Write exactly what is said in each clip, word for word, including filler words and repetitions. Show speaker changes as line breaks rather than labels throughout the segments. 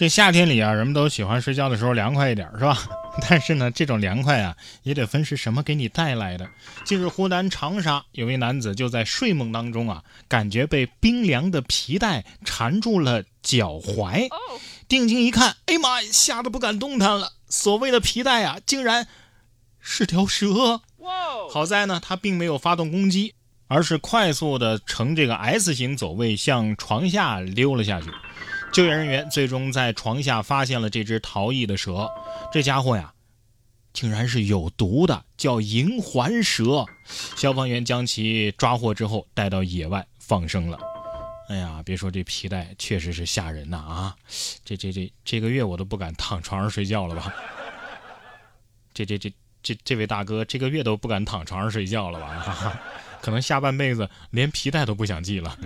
这夏天里啊，人们都喜欢睡觉的时候凉快一点，是吧？但是呢，这种凉快啊，也得分是什么给你带来的。近日，湖南长沙有位男子就在睡梦当中啊，感觉被冰凉的皮带缠住了脚踝，定睛一看，哎妈呀，吓得不敢动弹了。所谓的皮带啊，竟然是条蛇。好在呢，他并没有发动攻击，而是快速的呈这个 S 型走位向床下溜了下去。救援人员最终在床下发现了这只逃逸的蛇，这家伙呀，竟然是有毒的，叫银环蛇。消防员将其抓获之后带到野外放生了。哎呀，别说这皮带确实是吓人呐啊！这这这这个月我都不敢躺床上睡觉了吧？这这这这这位大哥这个月都不敢躺床上睡觉了吧？可能下半辈子连皮带都不想系了。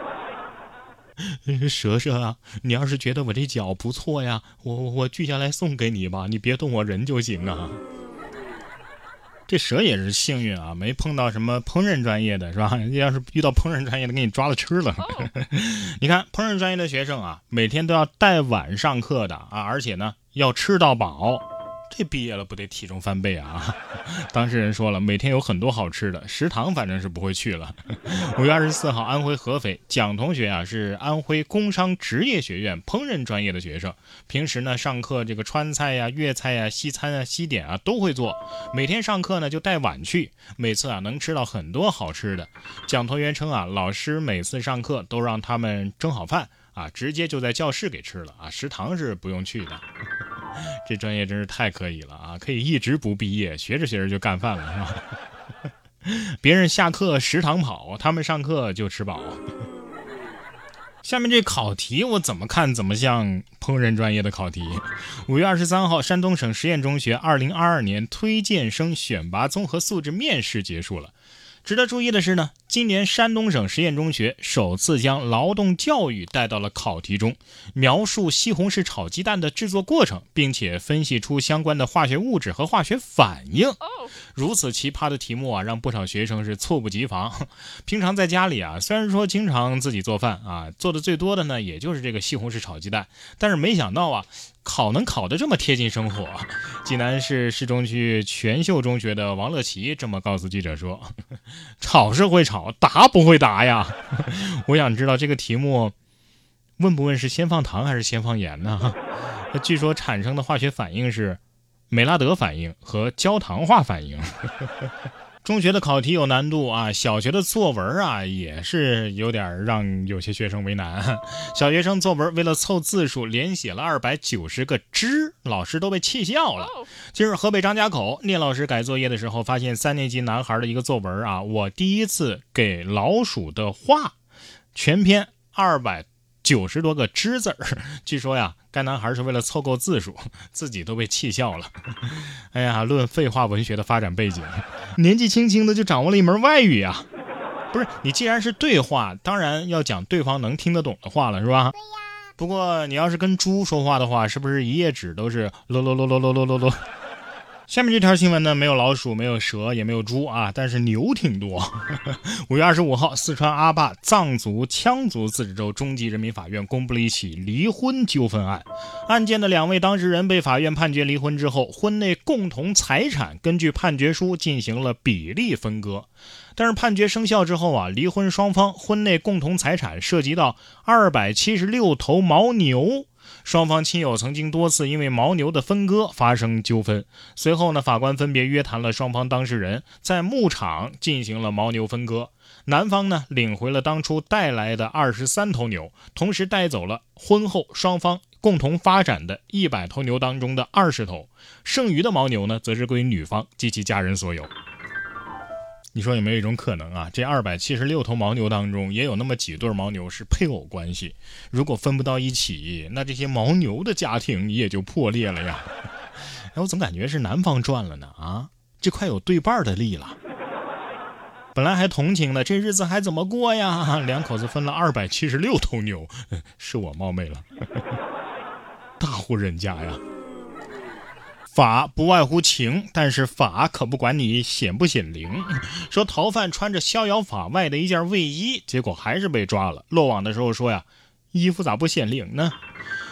蛇蛇啊，你要是觉得我这脚不错呀，我我锯下来送给你吧，你别动我人就行啊。这蛇也是幸运啊，没碰到什么烹饪专业的，是吧？要是遇到烹饪专业的，给你抓了吃了。你看烹饪专业的学生啊，每天都要带碗上课的啊，而且呢要吃到饱。这毕业了不得体重翻倍啊！当事人说了，每天有很多好吃的，食堂反正是不会去了。五月二十四号，安徽合肥蒋同学啊是安徽工商职业学院烹饪专业的学生，平时呢上课这个川菜呀、粤菜呀、西餐啊、西点啊都会做，每天上课呢就带碗去，每次啊能吃到很多好吃的。蒋同学称啊，老师每次上课都让他们蒸好饭啊，直接就在教室给吃了啊，食堂是不用去的。这专业真是太可以了啊！可以一直不毕业，学着学着就干饭了，是吧？别人下课食堂跑，他们上课就吃饱。下面这考题我怎么看怎么像烹饪专业的考题。五月二十三号，山东省实验中学二零二二年推荐生选拔综合素质面试结束了。值得注意的是呢，今年山东省实验中学首次将劳动教育带到了考题中，描述西红柿炒鸡蛋的制作过程，并且分析出相关的化学物质和化学反应。如此奇葩的题目啊，让不少学生是猝不及防。平常在家里啊，虽然说经常自己做饭啊，做的最多的呢，也就是这个西红柿炒鸡蛋，但是没想到啊，考能考得这么贴近生活。济南市市中区全秀中学的王乐琪这么告诉记者说，炒是会炒，答不会答呀。我想知道这个题目问不问是先放糖还是先放盐呢？据说产生的化学反应是美拉德反应和焦糖化反应。中学的考题有难度啊，小学的作文啊也是有点让有些学生为难。小学生作文为了凑字数连写了二百九十个之，老师都被气笑了。今日河北张家口聂老师改作业的时候，发现三年级男孩的一个作文啊，我第一次给老鼠的话，全篇二百九十多个之字儿。据说呀，该男孩是为了凑够字数，自己都被气笑了。哎呀，论废话文学的发展背景，年纪轻轻的就掌握了一门外语啊！不是，你既然是对话，当然要讲对方能听得懂的话了，是吧？对呀。不过你要是跟猪说话的话，是不是一页纸都是咯咯咯咯咯咯咯咯？下面这条新闻呢，没有老鼠，没有蛇，也没有猪啊，但是牛挺多。五月二十五号，四川阿坝藏族羌族自治州中级人民法院公布了一起离婚纠纷案。案件的两位当事人被法院判决离婚之后，婚内共同财产根据判决书进行了比例分割。但是判决生效之后啊，离婚双方婚内共同财产涉及到二百七十六头牦牛。双方亲友曾经多次因为牦牛的分割发生纠纷，随后呢，法官分别约谈了双方当事人，在牧场进行了牦牛分割。男方呢领回了当初带来的二十三头牛，同时带走了婚后双方共同发展的一百头牛当中的二十头，剩余的牦牛呢，则是归女方及其家人所有。你说有没有一种可能啊，这二百七十六头牦牛当中也有那么几对牦牛是配偶关系，如果分不到一起，那这些牦牛的家庭也就破裂了呀。哎，我总感觉是男方赚了呢啊，这快有对半的利了。本来还同情的，这日子还怎么过呀？两口子分了二百七十六头牛，是我冒昧了。大户人家呀。法不外乎情，但是法可不管你显不显灵。说逃犯穿着逍遥法外的一件卫衣，结果还是被抓了。落网的时候说呀，衣服咋不显灵呢？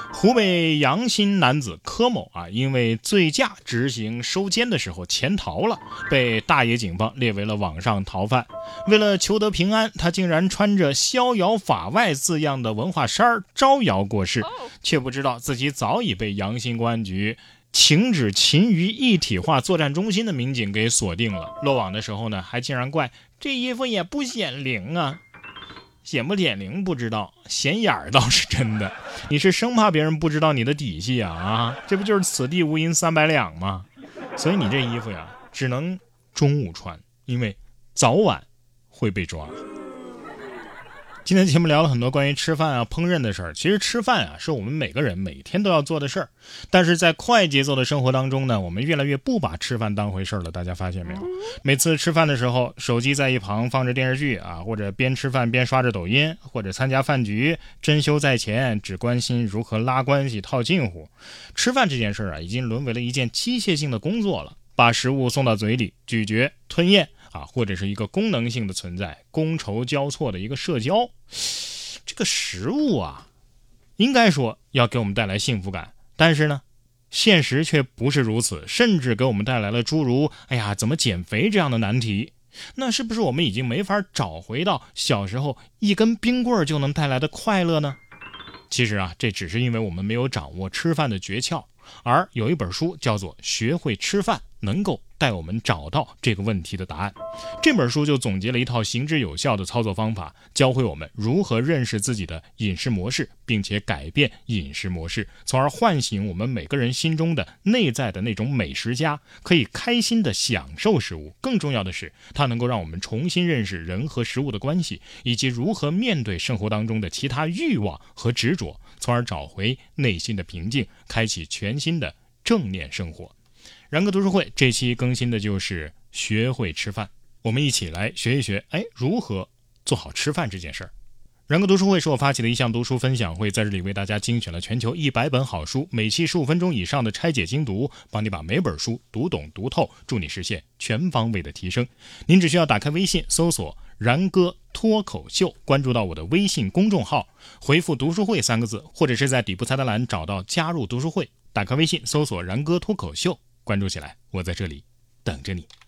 湖北阳新男子柯某啊，因为醉驾执行收监的时候潜逃了，被大冶警方列为了网上逃犯。为了求得平安，他竟然穿着逍遥法外字样的文化衫招摇过市，却不知道自己早已被阳新公安局情指秦渝一体化作战中心的民警给锁定了。落网的时候呢，还竟然怪这衣服也不显灵啊。显不显灵不知道，显眼儿倒是真的。你是生怕别人不知道你的底细啊啊！这不就是此地无银三百两吗？所以你这衣服呀，只能中午穿，因为早晚会被抓。今天节目聊了很多关于吃饭啊、烹饪的事儿。其实吃饭啊，是我们每个人每天都要做的事儿。但是在快节奏的生活当中呢，我们越来越不把吃饭当回事儿了。大家发现没有？每次吃饭的时候，手机在一旁放着电视剧啊，或者边吃饭边刷着抖音，或者参加饭局，珍馐在前，只关心如何拉关系、套近乎。吃饭这件事儿啊，已经沦为了一件机械性的工作了。把食物送到嘴里，咀嚼、吞咽啊，或者是一个功能性的存在，觥筹交错的一个社交。这个食物啊，应该说要给我们带来幸福感，但是呢，现实却不是如此，甚至给我们带来了诸如哎呀怎么减肥这样的难题。那是不是我们已经没法找回到小时候一根冰棍就能带来的快乐呢？其实啊，这只是因为我们没有掌握吃饭的诀窍，而有一本书叫做《学会吃饭》，能够带我们找到这个问题的答案。这本书就总结了一套行之有效的操作方法，教会我们如何认识自己的饮食模式，并且改变饮食模式，从而唤醒我们每个人心中的内在的那种美食家，可以开心的享受食物。更重要的是，它能够让我们重新认识人和食物的关系，以及如何面对生活当中的其他欲望和执着，从而找回内心的平静，开启全新的正念生活。然哥读书会这期更新的就是学会吃饭，我们一起来学一学，哎，如何做好吃饭这件事儿。然哥读书会是我发起的一项读书分享会，在这里为大家精选了全球一百本好书，每期十五分钟以上的拆解精读，帮你把每本书读懂读透，助你实现全方位的提升。您只需要打开微信搜索然哥脱口秀，关注到我的微信公众号，回复读书会三个字，或者是在底部菜单栏找到加入读书会，打开微信搜索然哥脱口秀，关注起来，我在这里等着你。